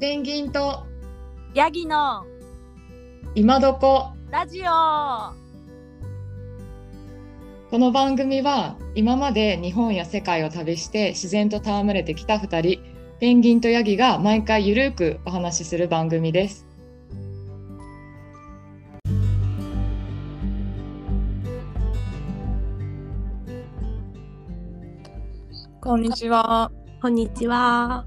ペンギンとヤギの今どこ。 ラジオ。 この番組は今まで日本や世界を旅して自然と戯れてきた2人ペンギンとヤギが毎回ゆるくお話しする番組です。こんにちは。 こんにちは。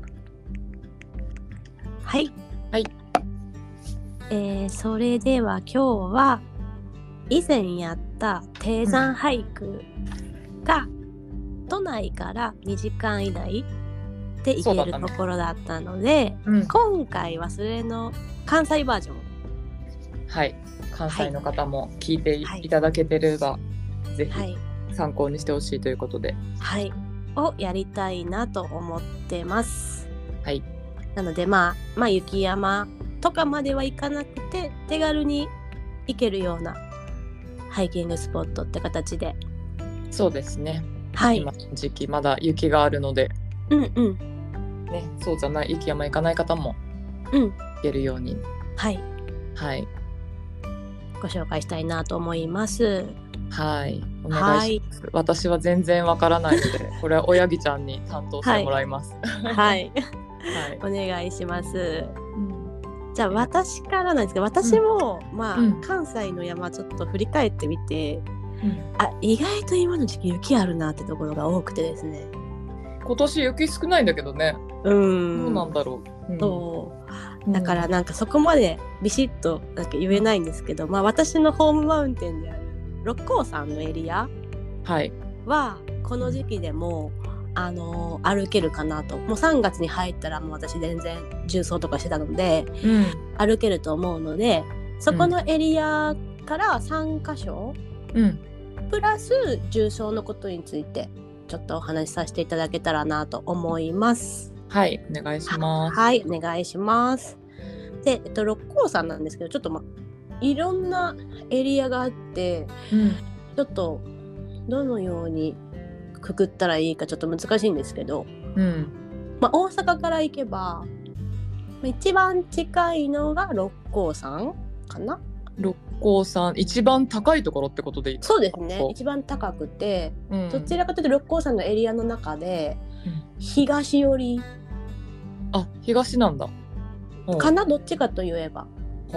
はいはい。 それでは今日は以前やった低山俳句が都内から2時間以内で行けるところだったので、今回はそれの関西バージョン。 はい、関西の方も聞いていただけてれば、ぜひ参考にしてほしいということで、 をやりたいなと思ってます。 はい。 なので雪山とかまでは行かなくて手軽に行けるようなハイキングスポットって形で。 そうですね。今の時期まだ雪があるので、そうじゃない雪山行かない方も行けるように、 ご紹介したいなと思います。 はい、お願いします。私は全然わからないのでこれはおやぎちゃんに担当してもらいます。 お願いします。じゃあ私からなんですけど、私も関西の山ちょっと振り返ってみて、意外と今の時期雪あるなってところが多くてですね。 今年雪少ないんだけどね。どうなんだろう。 だからなんかそこまでビシッとなんか言えないんですけど、私のホームマウンテンである六甲山のエリアはこの時期でも歩けるかなと。もう3月に入ったらもう私全然重走とかしてたので、歩けると思うので、そこのエリアから3カ所、プラス重走のことについてちょっとお話しさせていただけたらなと思います。 はい、お願いします。 お願いします。で、六甲山なんですけど、ちょっといろんなエリアがあって、ちょっとどのようにくくったらいいかちょっと難しいんですけど、大阪から行けば一番近いのが六甲山かな。 六甲山一番高いところってことでいいですか？ そうですね、一番高くて、どちらかというと六甲山のエリアの中で東寄り、 東なんだかな、どっちかといえば。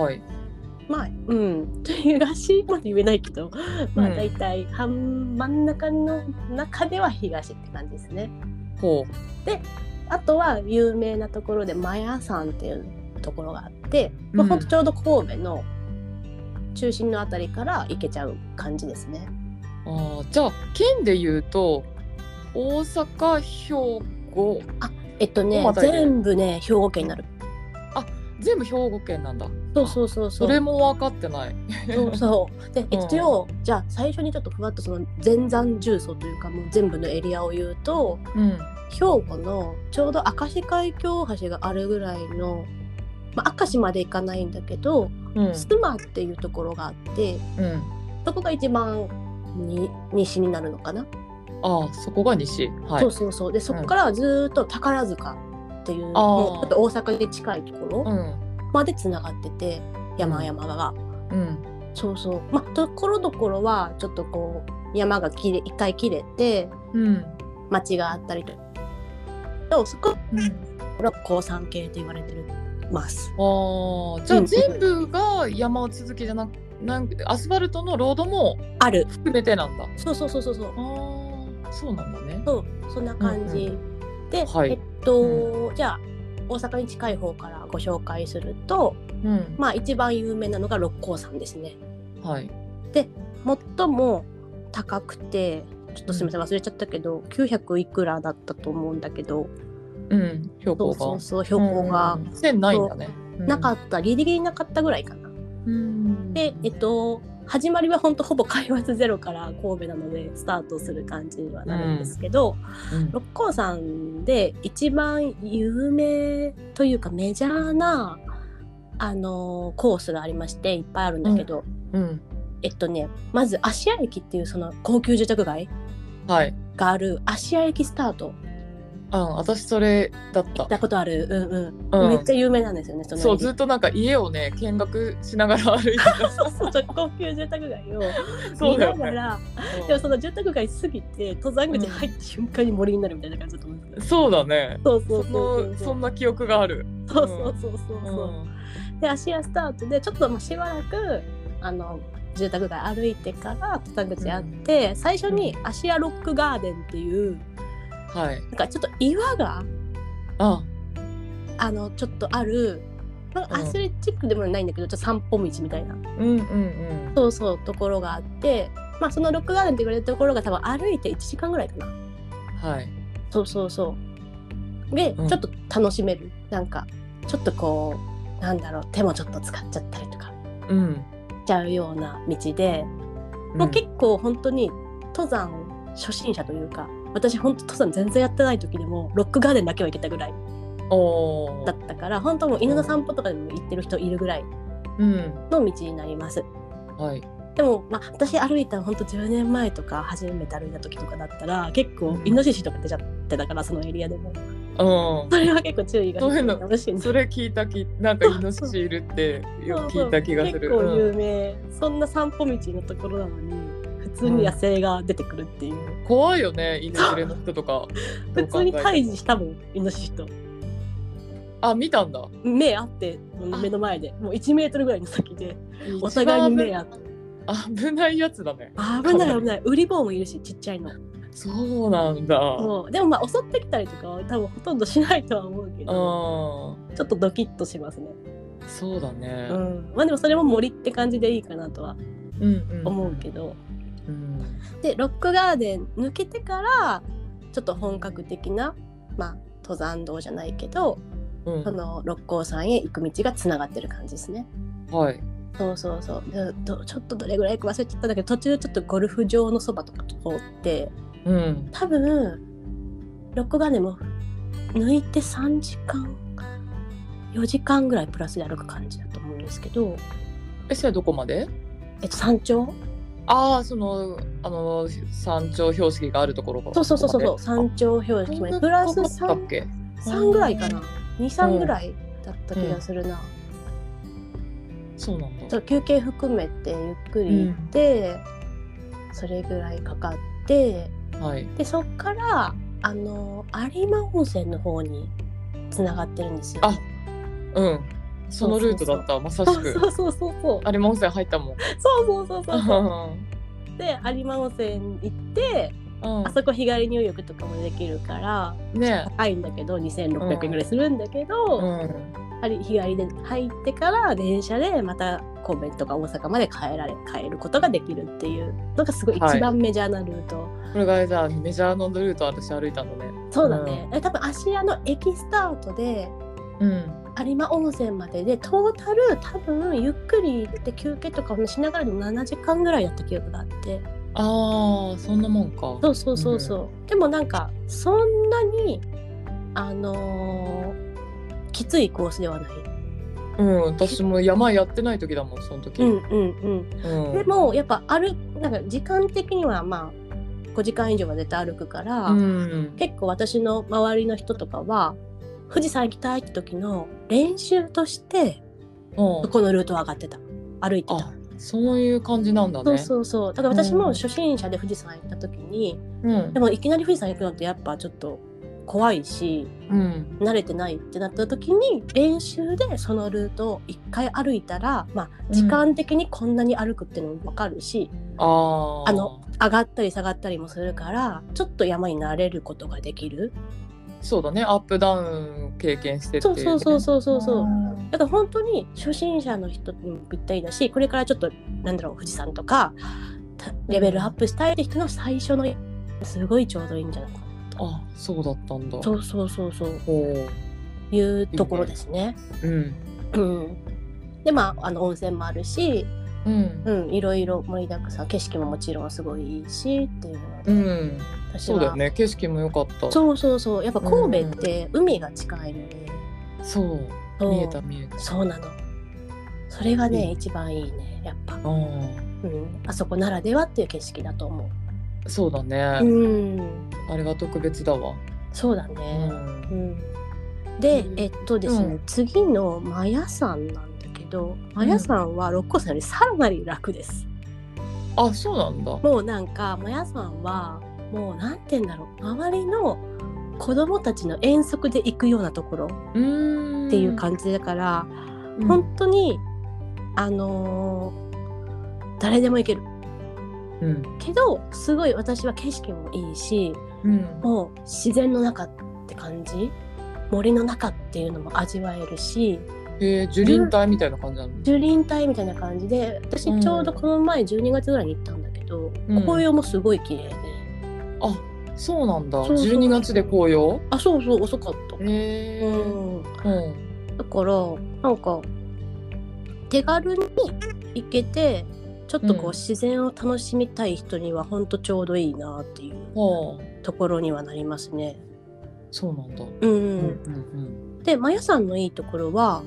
東まで言えないけど、だいたい真ん中の中では東って感じですね。で、あとは有名なところでマヤ山っていうところがあって、ほんとちょうど神戸の中心のあたりから行けちゃう感じですね。 じゃあ県でいうと大阪、兵庫、 全部ね兵庫県になる。 全部兵庫県なんだ。 そうそれも分かってない。 で、一応じゃあ最初にちょっとふわっとその全山重曹というかもう全部のエリアを言うと、兵庫のちょうど明石海峡大橋があるぐらいの、明石まで行かないんだけど、須磨っていうところがあって、そこが一番西になるのかな。 そこが西。 でそこからずっと宝塚っていう、もうちょっと大阪に近いところまでつながってて、山々が、ところどころはちょっとこう山が一回切れて、町があったりと、そこ六甲山系と言われてます。 じゃあ全部が山続きじゃなく、アスファルトのロードもある含めてなんだ。 そうそうなんだね。 そんな感じ、で、じゃあ大阪に近い方からご紹介すると、一番有名なのが六甲山ですね。で、最も高くて、ちょっとすみません忘れちゃったけど、900いくらだったと思うんだけど、 標高が標高が 1000ないんだね。 なかった、ギリギリなかったぐらいかな。で、始まりは本当ほぼ海抜ゼロから神戸なのでスタートする感じにはなるんですけど、六甲山で一番有名というかメジャーなコースがありまして、いっぱいあるんだけど、まず芦屋駅っていうその高級住宅街がある芦屋駅スタート私それだった。 行ったことある。めっちゃ有名なんですよね。 そう、ずっとなんか家をね見学しながら歩いてた。 そう高級住宅街を見ながら、でもその住宅街過ぎて登山口入った瞬間に森になるみたいな感じだと思うんですけど。 そうだね。 そうそんな記憶がある。 そう。で芦屋スタートでちょっとしばらく住宅街歩いてから登山口あって、最初に芦屋ロックガーデンっていう、なんかちょっと岩がちょっとある、アスレチックでもないんだけどちょっと散歩道みたいな、そうところがあって、そのロックガーデンって言われるところが多分歩いて1時間ぐらいかな。そうで、ちょっと楽しめる、なんかちょっとこうなんだろう、手もちょっと使っちゃったりとかしちゃうような道で、もう結構本当に登山初心者というか、私本当登山全然やってない時でもロックガーデンだけは行けたぐらいだったから、本当もう犬の散歩とかでも行ってる人いるぐらいの道になります。でも、私歩いた本当10年前とか初めて歩いた時とかだったら結構イノシシとか出ちゃってたから、そのエリアでも。それは結構注意が必要かもしれない。 それ聞いたなんかイノシシいるって聞いた気がする。 結構有名、そんな散歩道のところなのに普通に野生が出てくるっていう、 怖いよね、犬連れの人とか。 普通に対峙したもん、イノシシと。 見たんだ。 目あって、目の前でもう1メートルぐらいの先でお互いに目あって。 危ないやつだね。 危ない。ウリボウもいるし、ちっちゃいの。 そうなんだ。 でも襲ってきたりとかは多分ほとんどしないとは思うけど、ちょっとドキッとしますね。 そうだね。 でもそれも森って感じでいいかなとは思うけど、でロックガーデン抜けてからちょっと本格的な、登山道じゃないけど、その六甲山へ行く道がつながってる感じですね。そうちょっとどれぐらいか忘れちゃったんだけど、途中ちょっとゴルフ場のそばとか通って、多分ロックガーデンも抜いて3時間4時間ぐらいプラスで歩く感じだと思うんですけど。 それはどこまで？ 山頂？ その山頂標識があるところか。 そう山頂標識までプラス3ぐらいかな、2,3ぐらいだった気がするな。 そうなんだ。 休憩含めてゆっくり行って、それぐらいかかって、でそっから有馬温泉の方につながってるんですよ。そのルートだった。まさしく。そう有馬温泉入ったもん。 そうで有馬温泉行って、あそこ日帰り入浴とかもできるから、高いんだけど2,600円ぐらいするんだけど、日帰りで入ってから電車でまた神戸とか大阪まで帰ることができるっていうのがすごい一番メジャーなルート。 これがじゃあメジャーのルート私歩いたのね。 そうだね。多分芦屋の駅スタートで、有馬温泉まででトータル多分ゆっくり行って休憩とかもしながらでも7時間ぐらいやった記憶があって。 そんなもんか。 そう、でもなんかそんなにきついコースではない。 私も山やってない時だもん、その時。 でもやっぱなんか時間的には5時間以上は絶対歩くから、結構私の周りの人とかは富士山行きたいって時の練習としてこのルートを上がってた、歩いてた。 そういう感じなんだね。 そうだから私も初心者で富士山行った時に、でもいきなり富士山行くのってやっぱちょっと怖いし、慣れてないってなった時に練習でそのルートを1回歩いたら、時間的にこんなに歩くっていうのも分かるし、上がったり下がったりもするからちょっと山に慣れることができる。 そうだね、アップダウン経験してっていう、ね、 そうだから本当に初心者の人にもぴったりだし、これからちょっと富士山とかレベルアップしたいって人の最初のすごいちょうどいいんじゃないかな。 そうだったんだ。 そういうところですね。で温泉もあるし、いろいろ盛りだくさん、景色ももちろんすごいいいしっていうので、 そうだよね、景色も良かった。 そうやっぱ神戸って海が近いので、 見えた。 そうなの。それがね、一番いいね、やっぱ。あそこならではっていう景色だと思う。 そうだね。あれは特別だわ。 そうだね。で、ですね、次のマヤ山なんだけど、マヤ山は六甲山よりさらに楽です。 あ、そうなんだ。 もうなんかマヤ山はもうなんて言うんだろう、周りの子供たちの遠足で行くようなところっていう感じだから、本当に誰でも行ける。けどすごい私は景色もいいし、もう自然の中って感じ、森の中っていうのも味わえるし、 樹林帯みたいな感じなの？ 樹林帯みたいな感じで、私ちょうどこの前12月ぐらいに行ったんだけど、紅葉もすごい綺麗で。 あ、そうなんだ。12月で紅葉？ あ、そうそう、遅かった。だからなんか手軽に行けて、ちょっとこう自然を楽しみたい人には本当ちょうどいいなっていうところにはなりますね。 そうなんだ。 で、マヤ山のいいところは、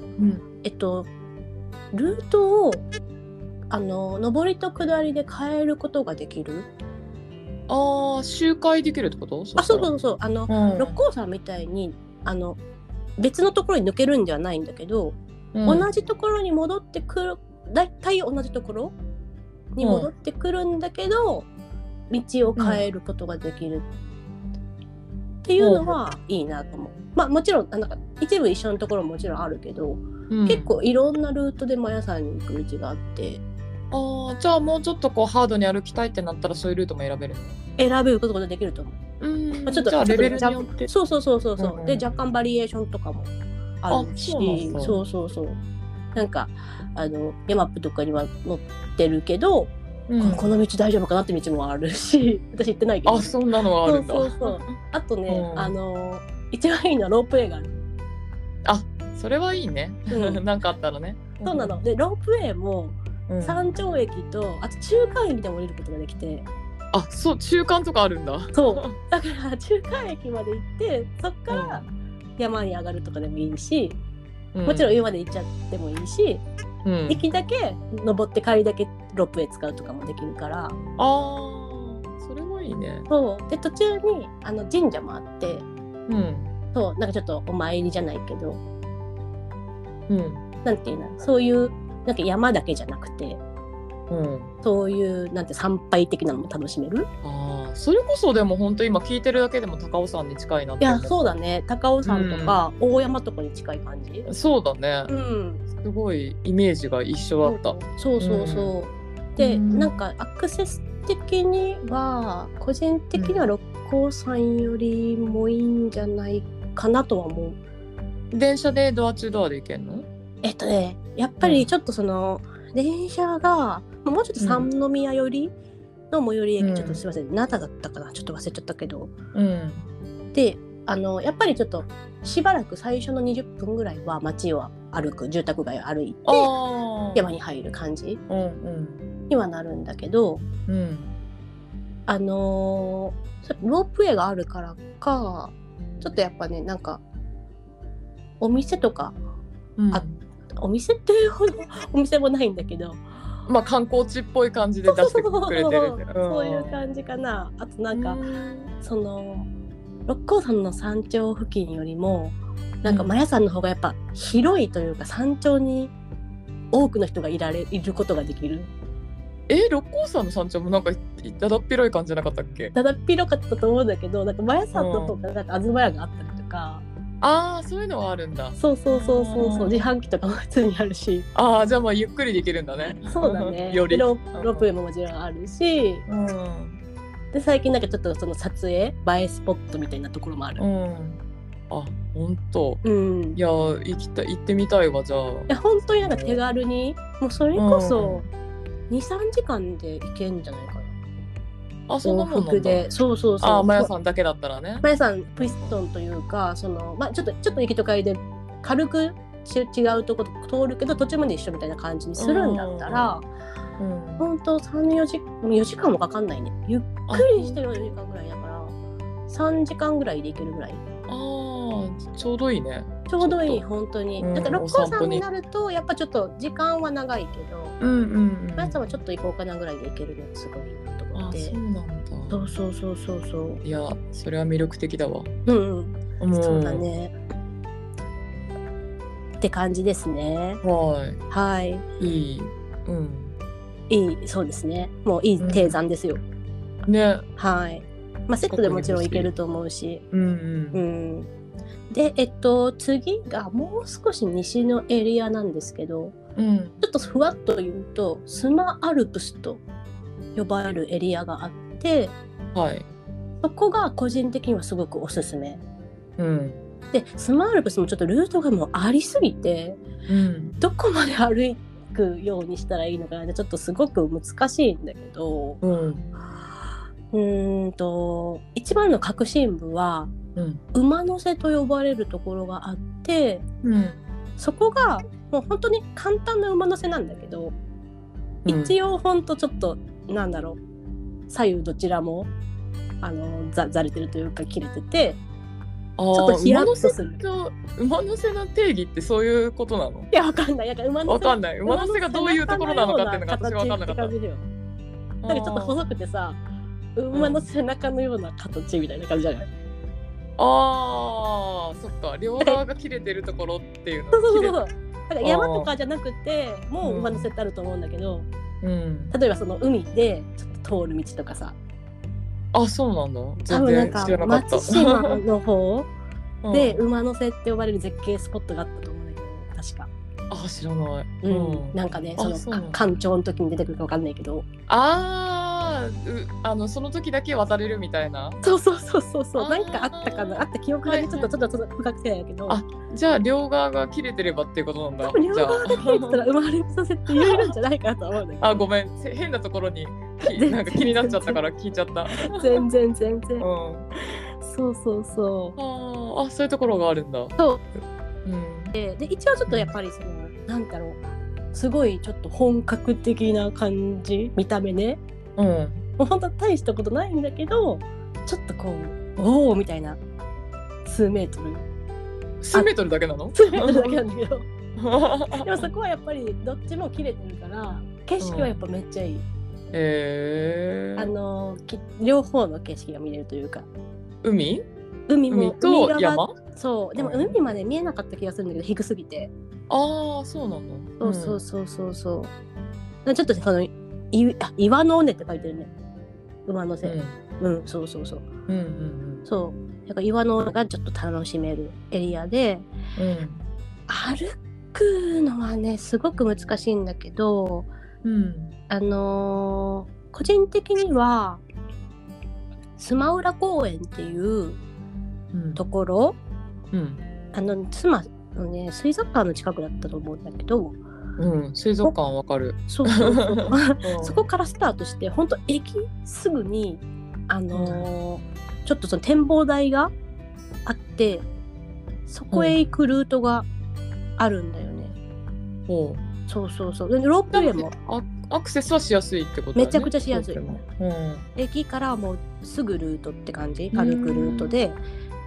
ルートを上りと下りで変えることができる。 周回できるってこと？ そうそう。六甲山みたいに別のところに抜けるんではないんだけど、同じところに戻ってくる、だいたい同じところに戻ってくるんだけど、道を変えることができるっていうのはいいなと思う。まあもちろんなんか一部一緒のところももちろんあるけど、結構いろんなルートでマヤ山に行く道があって。 じゃあもうちょっとこうハードに歩きたいってなったらそういうルートも選べるの？ 選べることができると思う。ちょっとじゃあレベルによって。 そう。で若干バリエーションとかもあるし、そうなんかヤマップとかには載ってるけど、この道大丈夫かなって道もあるし、私行ってないけど。 そんなのはあるんだ。 そう。あとね、一番いいのはロープウェイがある。 それはいいね。なんかあったらね。 そうなの。でロープウェイも山頂駅とあと中間駅でも降りることができて。 そう、中間とかあるんだ。 そうだから中間駅まで行ってそっから山に上がるとかでもいいし、もちろん上まで行っちゃってもいいし、行きだけ登って帰りだけロープウェイ使うとかもできるから。 それもいいね。 そうで途中に神社もあって、そうなんかちょっとお参りじゃないけど、なんていうの、そういうなんか山だけじゃなくて、そういうなんて参拝的なのも楽しめる。 それこそでも本当今聞いてるだけでも高尾山に近いなって。 いやそうだね、高尾山とか大山とかに近い感じ。 そうだね。すごいイメージが一緒だった。 そう。でなんかアクセス的には個人的には六甲山よりもいいんじゃないかなとは思う。電車でドアツードアで行けんの？ やっぱりちょっとその、電車がもうちょっと三宮寄りの最寄り駅、ちょっとすいません、灘だったかな、ちょっと忘れちゃったけど、でやっぱりちょっとしばらく最初の20分ぐらいは街を歩く、住宅街を歩いて山に入る感じにはなるんだけど、ロープウェイがあるからかちょっとやっぱね、なんかお店とかお店っていうほどお店もないんだけど、 観光地っぽい感じで出してくれてる。 そういう感じかな。あとなんかその六甲山の山頂付近よりもなんかマヤ山の方がやっぱ広いというか、山頂に多くの人がいることができる。 六甲山の山頂もなんかだだっ広い感じじゃなかったっけ？ だだっ広かったと思うんだけど、なんかマヤ山の方がなんか東屋があったりとか。 そういうのはあるんだ。 そう自販機とかも普通にあるし。 じゃあゆっくりできるんだね。 そうだね。ロープウェイももちろんあるし、で最近なんかちょっとその撮影映えスポットみたいなところもある。 本当。いや行ってみたいわ。じゃあ。いや本当になんか手軽に、もうそれこそ2、3時間で行けるんじゃないかな。 そんなもんなんだ。 そうマヤさんだけだったらね。 マヤさんピストンというか、そのちょっと行きと帰りで軽く違うとこ通るけど途中まで一緒みたいな感じにするんだったら、本当4時間もかかんないね。ゆっくりして4時間ぐらいだから3時間ぐらいで行けるぐらい。 ちょうどいいね。 ちょうどいい本当に。だから六甲山になるとやっぱちょっと時間は長いけど、まやはちょっと行こうかなぐらいで行けるのすごいなと思って。 そうなんだ。 そう。 いや、それは魅力的だわ。 そうだね。って感じですね。はい。 いい。 いい、そうですね。もういい低山ですよ。 ね。 はい。セットでもちろん行けると思うし。で、次がもう少し西のエリアなんですけど、ちょっとふわっと言うとスマアルプスと呼ばれるエリアがあって、そこが個人的にはすごくおすすめ。でスマアルプスもちょっとルートがもうありすぎて、どこまで歩くようにしたらいいのかなってちょっとすごく難しいんだけど、一番の核心部は、馬の背と呼ばれるところがあって、そこがもう本当に簡単な馬の背なんだけど、一応ほんとちょっとなんだろう、左右どちらもざれてるというか切れてて、ちょっとヒヤッとする。 馬の背の定義ってそういうことなの？ いやわかんない。馬の背がどういうところなのかっていうのが私は分かんなかった。なんかちょっと細くてさ、馬の背中のような形みたいな感じじゃない？ そっか、両側が切れてるところっていうの。 そう。だから山とかじゃなくてもう馬の背ってあると思うんだけど、例えばその海でちょっと通る道とかさ。 そうなんだ。全然知らなかった。 松島の方で馬の背って呼ばれる絶景スポットがあったと思うんだけど、確か。 知らない。 なんかね、その干潮の時に出てくるかわかんないけど。 その時だけ渡れるみたいな。 そう。なんかあったかな。あった記憶がね、ちょっと不確定やけど。 じゃあ両側が切れてればっていうことなんだ。 両側が切れてたら馬の背って言えるんじゃないかなと思うんだけど。 ごめん、変なところになんか気になっちゃったから聞いちゃった。 全然。そう。 そういうところがあるんだ。 そう。で一応ちょっとやっぱりそのなんだろう、すごいちょっと本格的な感じ、見た目ね。もう本当大したことないんだけど、ちょっとこうおおみたいな数メートルだけなの？数メートルだけなんだけどでもそこはやっぱりどっちも切れてるから景色はやっぱめっちゃいい。両方の景色が見れるというか、海と山。 そうでも海まで見えなかった気がするんだけど低すぎて。 そうなんだ。 そうちょっとその岩の尾根って書いてるね、馬の背。そうだから岩の尾根がちょっと楽しめるエリアで、歩くのはねすごく難しいんだけど、個人的にはスマウラ公園っていうところ、妻のね水族館の近くだったと思うんだけど、水族館わかる。そうそこからスタートして本当駅すぐにちょっとその展望台があってそこへ行くルートがあるんだよね。そうでロープウェイもアクセスはしやすいってことだね。 めちゃくちゃしやすい。駅からもうすぐルートって感じ、歩くルートで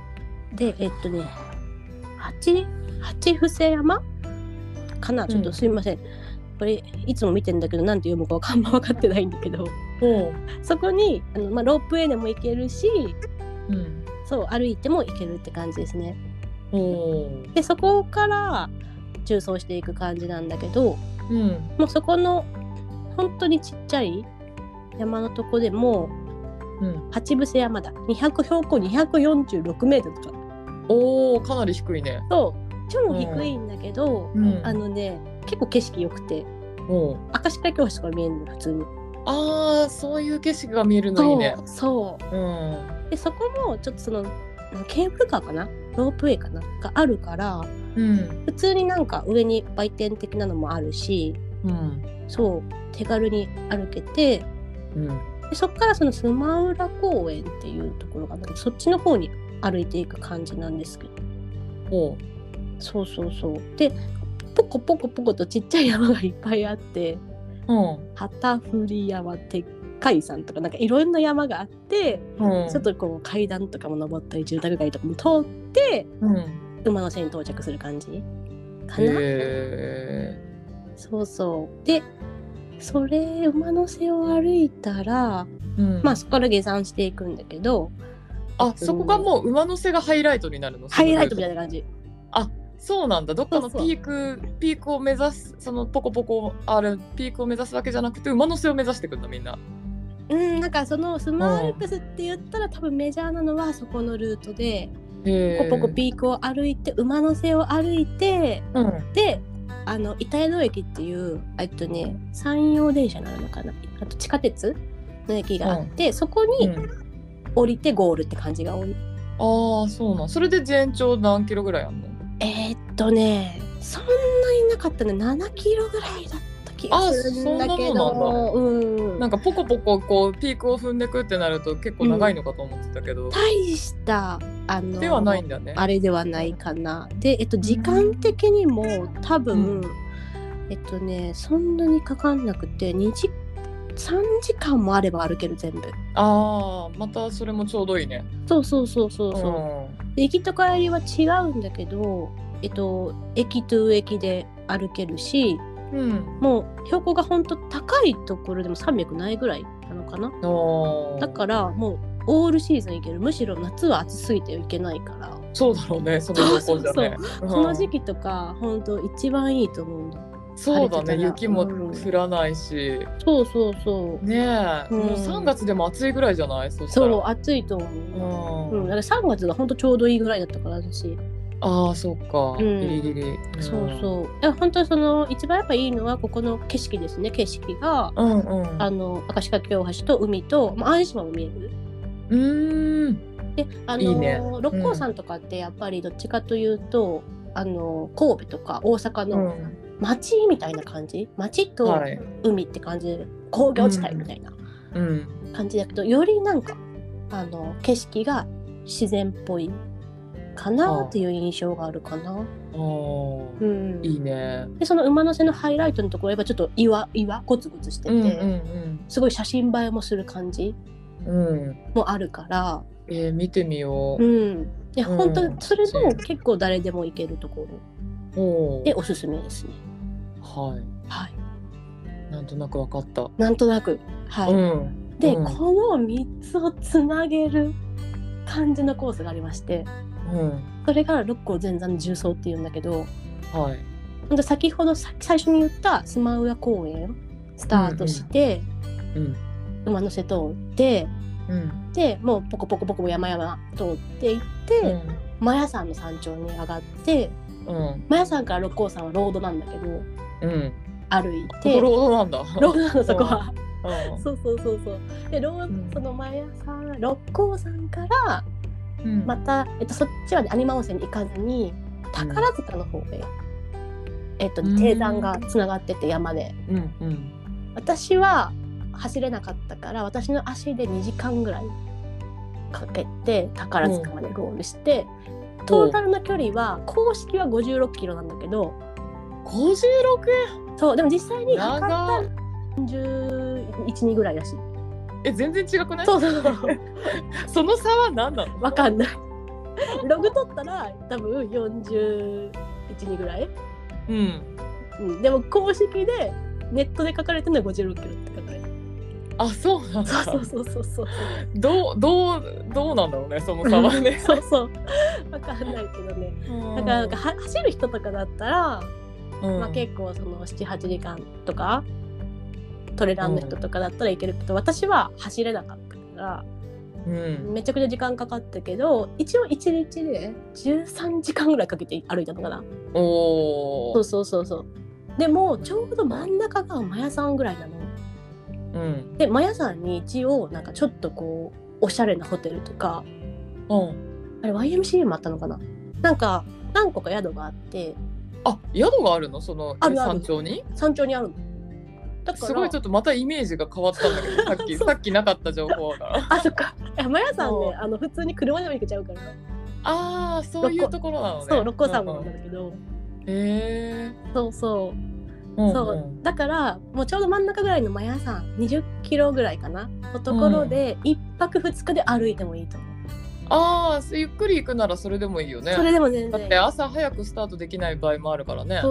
八伏山かな、ちょっとすいません、これいつも見てんだけどなんて読むか分かってないんだけど、そこにロープウェイでも行けるし、そう歩いても行けるって感じですね。でそこから縦走していく感じなんだけど、もうそこの本当にちっちゃい山のとこでも、八伏山だ、標高246メートルとか。 かなり低いね。 そう超低いんだけど、結構景色良くて、明石海峡大橋が見えるの普通に。そういう景色が見えるのいいね。でそこもちょっとそのケーブルカーかな、ロープウェイかながあるから、普通になんか上に売店的なのもあるし、そう手軽に歩けて、でそこからそのスマウラ公園っていうところがあるので、そっちの方に歩いていく感じなんですけど。そうでポコポコとちっちゃい山がいっぱいあって、旗振山って海山とかなんかいろんな山があって、 うん、 ちょっとこう階段とかも登ったり住宅街とかも通って馬の背に到着する感じかな。そうそうでそれ馬の背を歩いたら、まあそこから下山していくんだけど、 そこがもう馬の背がハイライトになるの？ ハイライトみたいな感じ。 そうなんだ。どっかのピークを目指す、そのポコポコあるピークを目指すわけじゃなくて馬の背を目指していくんだみんな。 なんかそのスマーアルプスって言ったら多分メジャーなのはそこのルートでポコポコピークを歩いて馬の背を歩いて、で板江戸駅っていう山陽電車なのかな、あと地下鉄の駅があって、そこに降りてゴールって感じが多い。 そうなん。それで全長何キロぐらいあんの？ そんなになかったね。7キロぐらいだった気がするんだけど、 なんかポコポコこうピークを踏んでくってなると結構長いのかと思ってたけど、 大したではないんだね。 あれではないかな。で時間的にも多分、そんなにかかんなくて3時間もあれば歩ける全部。 またそれもちょうどいいね。 そう、行きと帰りは違うんだけど、駅と駅で歩けるし、もう標高がほんと高いところでも300ないぐらいなのかな。だからもうオールシーズン行ける。むしろ夏は暑すぎて行けないから。 そうだろうね、その標高じゃね。 この時期とかほんと一番いいと思うんだ。 そうだね、雪も降らないし、 そうねえ、もう3月でも暑いぐらいじゃない？ そう暑いと思う。だから3月がほんとちょうどいいぐらいだったから私。 そっか、ギリギリ。 そう本当に一番やっぱいいのはここの景色ですね。景色が明石海峡大橋と海と淡路島も見える。でいいね。 六甲山とかってやっぱりどっちかというと神戸とか大阪の町みたいな感じ、町と海って感じで工業地帯みたいな感じだけど、よりなんか景色が自然っぽいかなっていう印象があるかな。いいね。 でその馬の背のハイライトのところはちょっと岩ゴツゴツしてて、すごい写真映えもする感じもあるから、 見てみよう。 で本当それも結構誰でも行けるところでおすすめですね。 なんとなく分かった。 なんとなくで、この3つをつなげる感じのコースがありまして、それが六甲全山重走っていうんだけど、先ほど最初に言ったスマウヤ公園スタートして、馬の背通って、でもうポコポコ山々通っていって、マヤ山の山頂に上がって、マヤ山から六甲山はロードなんだけど、歩いてロードなんだ。 ロードなのそこは。そうでそのマヤ山六甲山からまた、そっちはね有馬温泉に行かずに宝塚の方で、低山がつながってて山で、私は走れなかったから私の足で2時間ぐらいかけて宝塚までゴールして、トータルの距離は公式は56キロなんだけど、 56？ そうでも実際に測ったら41、2ぐらいだし。 全然違くない？ そうその差は何なの？ わかんない。ログ取ったら多分41、2ぐらい。でも公式でネットで書かれてるのは56キロって書かれてる。 そうなんだ。 そうどうなんだろうね、その差はね。 わかんないけどね。だからなんか走る人とかだったら、結構その 7,8 時間とかトレランの人とかだったらいけるけど、私は走れなかったから、めちゃくちゃ時間かかったけど、一応1日で13時間ぐらいかけて歩いたのかな。そうでもちょうど真ん中がマヤ山ぐらいなの。でマヤ山に一応なんかちょっとこうおしゃれなホテルとか、あれ YMCA もあったのかな、なんか何個か宿があって。 宿があるの？その山頂にあるの。だからすごいちょっとまたイメージが変わったんだけど、さっきなかった情報が。 そっか。マヤ山ね、普通に車でも行けちゃうから。 そういうところなのね。 そう、六甲山もなんだけど。そうそうだからもうちょうど真ん中ぐらいのマヤ山20キロぐらいかなのところで、1泊2日で歩いてもいいと思う。 ああ、ゆっくり行くならそれでもいいよね。 それでも全然。 だって朝早くスタートできない場合もあるからね。 そう。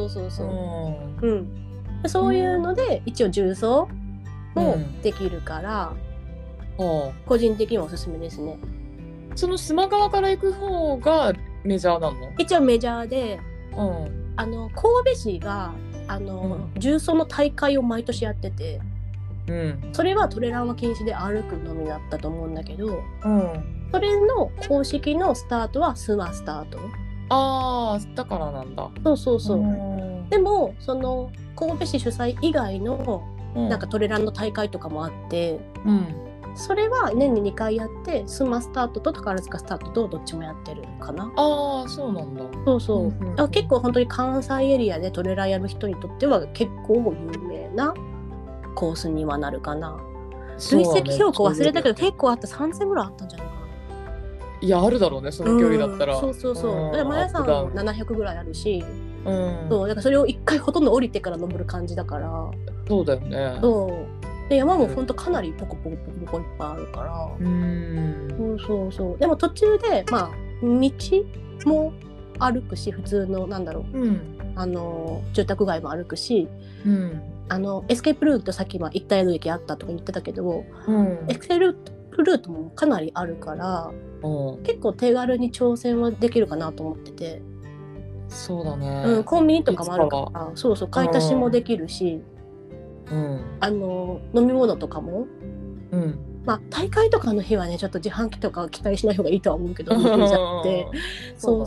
そういうので一応重曹もできるから、個人的にはおすすめですね。 その須磨川から行く方がメジャーなの？ 一応メジャーで、神戸市が重曹の大会を毎年やってて、それはトレランは禁止で歩くのみだったと思うんだけど、それの公式のスタートは須磨スタート。 ああ、だからなんだ。 そう。でもその神戸市主催以外のなんかトレランの大会とかもあって、それは年に2回やって須磨スタートと宝塚スタートとどっちもやってるかな。 ああ、そうなんだ。 そう。だから結構本当に関西エリアでトレランやる人にとっては結構有名なコースにはなるかな。累積標高忘れたけど結構あった。3000ぐらいあったんじゃないかな。 いや、あるだろうね、その距離だったら。 そう。だからマヤさん700ぐらいあるし、そうだからそれを1回ほとんど降りてから登る感じだから。そうだよね。で山もほんとかなりポコポコいっぱいあるから。そう。でも途中で道も歩くし、普通の住宅街も歩くし、エスケープルートさっき行った宿駅あったとか言ってたけど、エスケープルートもかなりあるから、結構手軽に挑戦はできるかなと思ってて。そうだね。コンビニとかもあるから、そう買い足しもできるし、飲み物とかも、大会とかの日はねちょっと自販機とか期待しない方がいいとは思うけど無理じゃってそう。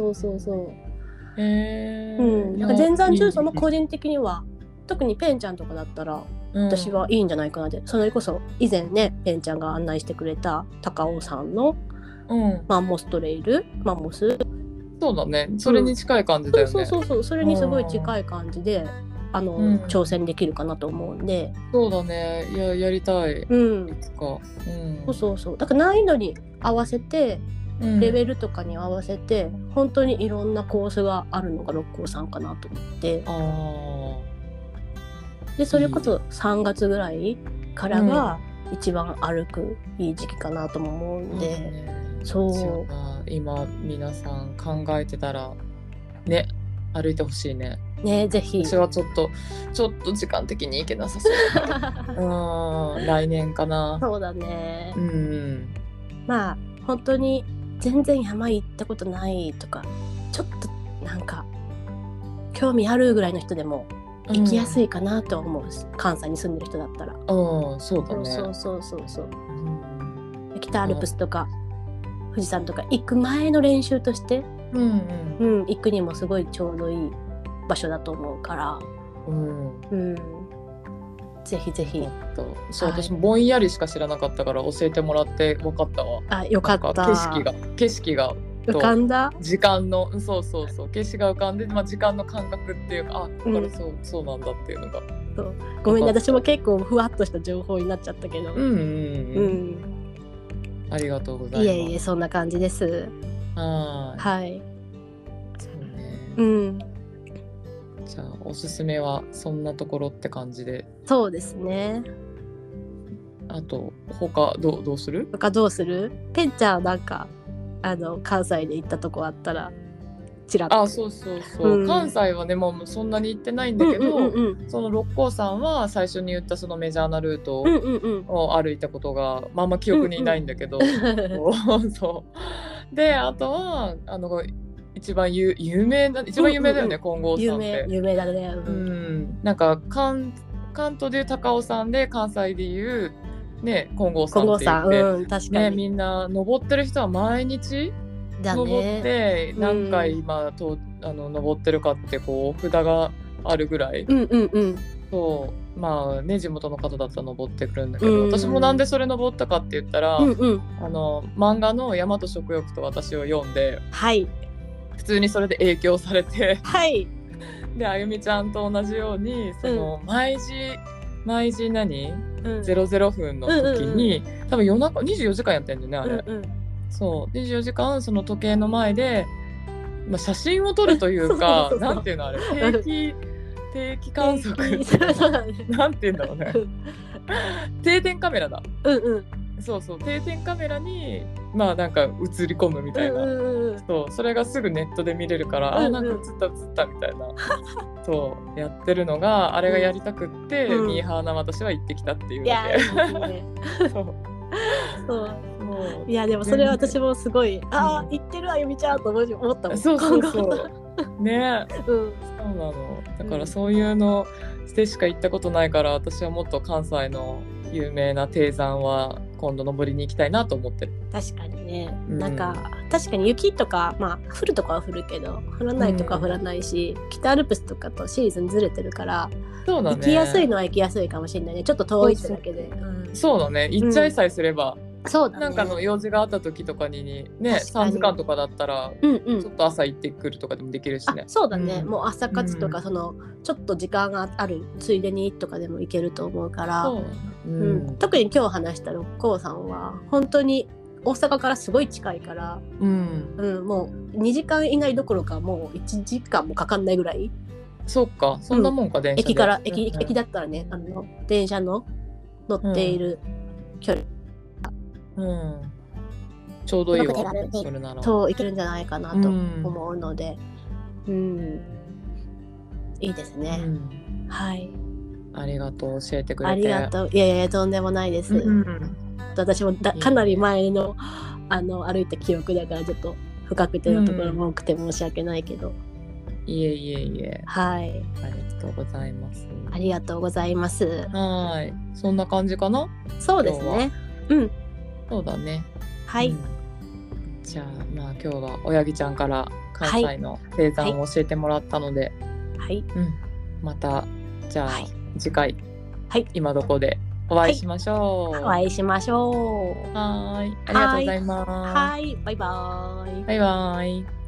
なんか全山重曹も個人的には特にペンちゃんとかだったら私はいいんじゃないかなって、それこそ以前ねペンちゃんが案内してくれた高尾山のマンモストレイル、マンモス、そうだね、それに近い感じだよね。そうそれにすごい近い感じで挑戦できるかなと思うんで。そうだね、やりたい、いつか。そうだから難易度に合わせて、レベルとかに合わせて本当にいろんなコースがあるのが六甲山かなと思って。でそれこそ3月ぐらいからが一番歩くいい時期かなとも思うんで、そう今皆さん考えてたらね歩いてほしいね。ね、ぜひ。私はちょっと時間的に行けなさそう来年かな。そうだね。まあ本当に全然山行ったことないとかちょっとなんか興味あるぐらいの人でも行きやすいかなと思うし、関西に住んでる人だったら。そうだね。そう。北アルプスとか富士山とか行く前の練習として行くにもすごいちょうどいい場所だと思うから、ぜひぜひ。そう、私もぼんやりしか知らなかったから教えてもらって分かったわ。あ、よかった。景色が浮かんだ。時間のそう景色が浮かんで、時間の感覚っていうか、ここからそうなんだっていうのが。ごめんね、私も結構ふわっとした情報になっちゃったけど。ありがとうございます。いえそんな感じです。はい。そうね。じゃあおすすめはそんなところって感じで。そうですね。あと他どうする？ペンちゃんなんか関西で行ったとこあったらちらっと。そう、関西はねもうそんなに行ってないんだけど、その六甲山は最初に言ったそのメジャーなルートを歩いたことがあんま記憶にないんだけど、そうで、あとは一番有名だよね、金剛山って。有名だね。なんか関東でいう高尾山で関西でいうね金剛山って言って、確かにみんな登ってる人は毎日登って、何回今登ってるかってこう札があるぐらい。そう地元の方だったら登ってくるんだけど、私もなんでそれ登ったかって言ったら、漫画の大和食欲と私を読んで、普通にそれで影響されて、であゆみちゃんと同じようにその毎時00分の時に、多分夜中24時間やってんだよね、あれ。そう24時間その時計の前で、写真を撮るというかなんていうのあれ、 定期観測そうだね。 なんて言うんだろうね定点カメラだ。 うんうん。 そうそう、定点カメラにまあなんか映り込むみたいな、そう、それがすぐネットで見れるから、あ、なんか映ったみたいなそうやってるのが、あれがやりたくって、ミーハーな私は行ってきたっていうだけ。 いやいいですねそうそういやでもそれは私もすごい、ああ言ってるあゆみちゃんと思ったもん。 そうね、そうなの。だからそういうのでしか行ったことないから、私はもっと関西の有名な低山は今度登りに行きたいなと思ってる。 確かにね、なんか確かに雪とか、まあ降るとかは降るけど降らないとかは降らないし、北アルプスとかとシーズンずれてるから、 そうだね、 行きやすいのは行きやすいかもしれないね。ちょっと遠いってだけで。 そうだね、行っちゃいさえすれば、 そうだね、 なんかの用事があった時とかにね、3時間とかだったら、ちょっと朝行ってくるとかでもできるしね。 そうだね、もう朝活とか、そのちょっと時間があるついでにとかでも行けると思うから、特に今日話した六甲山は本当に大阪からすごい近いから、もう2時間以内どころかもう1時間もかかんないぐらい。 そうか、そんなもんか、電車で。 駅だったらね、電車の乗っている距離、 ちょうどいいわ、それなら。 そう行けるんじゃないかなと思うので、いいですね。はい。 ありがとう、教えてくれて。 ありがとう。いやいやとんでもないです。私もかなり前の歩いた記憶だからちょっと不確定なところも多くて申し訳ないけど。 いえ。 はい。 ありがとうございます。 ありがとうございます。 はい。そんな感じかな。 そうですね。 そうだね。 はい。 じゃあまあ今日は親木ちゃんから関西の低山を教えてもらったので、またじゃあ次回、今どこでお会いしましょう。 お会いしましょう。 はい。ありがとうございます。 はい。バイバイ。 バイバイ。